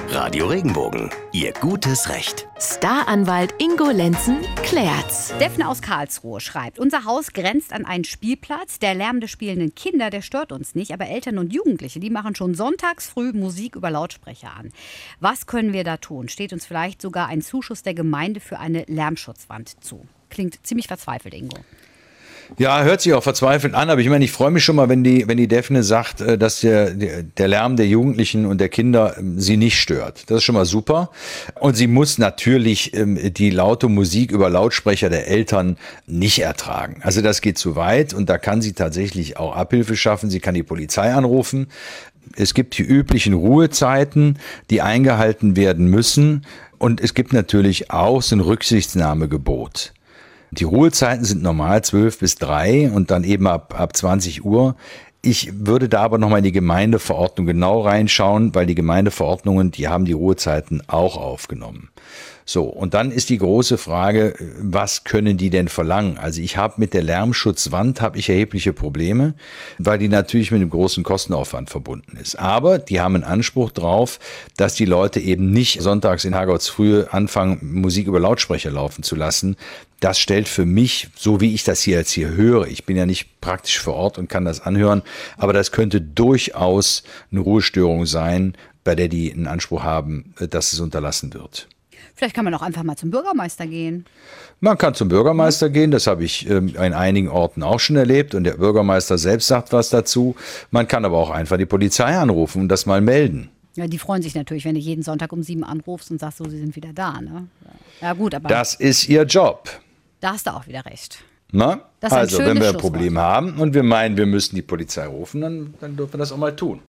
Radio Regenbogen, Ihr gutes Recht. Staranwalt Ingo Lenzen klärt's. Stephne aus Karlsruhe schreibt, unser Haus grenzt an einen Spielplatz. Der Lärm der spielenden Kinder, der stört uns nicht. Aber Eltern und Jugendliche, die machen schon sonntags früh Musik über Lautsprecher an. Was können wir da tun? Steht uns vielleicht sogar ein Zuschuss der Gemeinde für eine Lärmschutzwand zu? Klingt ziemlich verzweifelt, Ingo. Ja, hört sich auch verzweifelt an, aber ich freue mich schon mal, wenn die Daphne sagt, dass der Lärm der Jugendlichen und der Kinder sie nicht stört. Das ist schon mal super. Und sie muss natürlich die laute Musik über Lautsprecher der Eltern nicht ertragen. Also das geht zu weit und da kann sie tatsächlich auch Abhilfe schaffen. Sie kann die Polizei anrufen. Es gibt die üblichen Ruhezeiten, die eingehalten werden müssen. Und es gibt natürlich auch so ein Rücksichtnahmegebot. Die Ruhezeiten sind normal 12 bis 3 und dann eben ab 20 Uhr. Ich würde da aber nochmal in die Gemeindeverordnung genau reinschauen, weil die Gemeindeverordnungen, die haben die Ruhezeiten auch aufgenommen. So, und dann ist die große Frage, was können die denn verlangen? Also ich habe mit der Lärmschutzwand erhebliche Probleme, weil die natürlich mit einem großen Kostenaufwand verbunden ist. Aber die haben einen Anspruch drauf, dass die Leute eben nicht sonntags in Herrgottsfrühe anfangen, Musik über Lautsprecher laufen zu lassen. Das stellt für mich, so wie ich das jetzt hier höre, ich bin ja nicht praktisch vor Ort und kann das anhören, aber das könnte durchaus eine Ruhestörung sein, bei der die einen Anspruch haben, dass es unterlassen wird. Vielleicht kann man auch einfach mal zum Bürgermeister gehen. Man kann zum Bürgermeister gehen, das habe ich in einigen Orten auch schon erlebt und der Bürgermeister selbst sagt was dazu. Man kann aber auch einfach die Polizei anrufen und das mal melden. Ja, die freuen sich natürlich, wenn du jeden Sonntag um 7 anrufst und sagst, so, sie sind wieder da. Ne? Ja, gut, aber das ist ihr Job. Da hast du auch wieder recht. Na? Das ist ein Also, schönes wenn wir ein Schlusswort. Problem haben und wir meinen, wir müssen die Polizei rufen, dann dürfen wir das auch mal tun.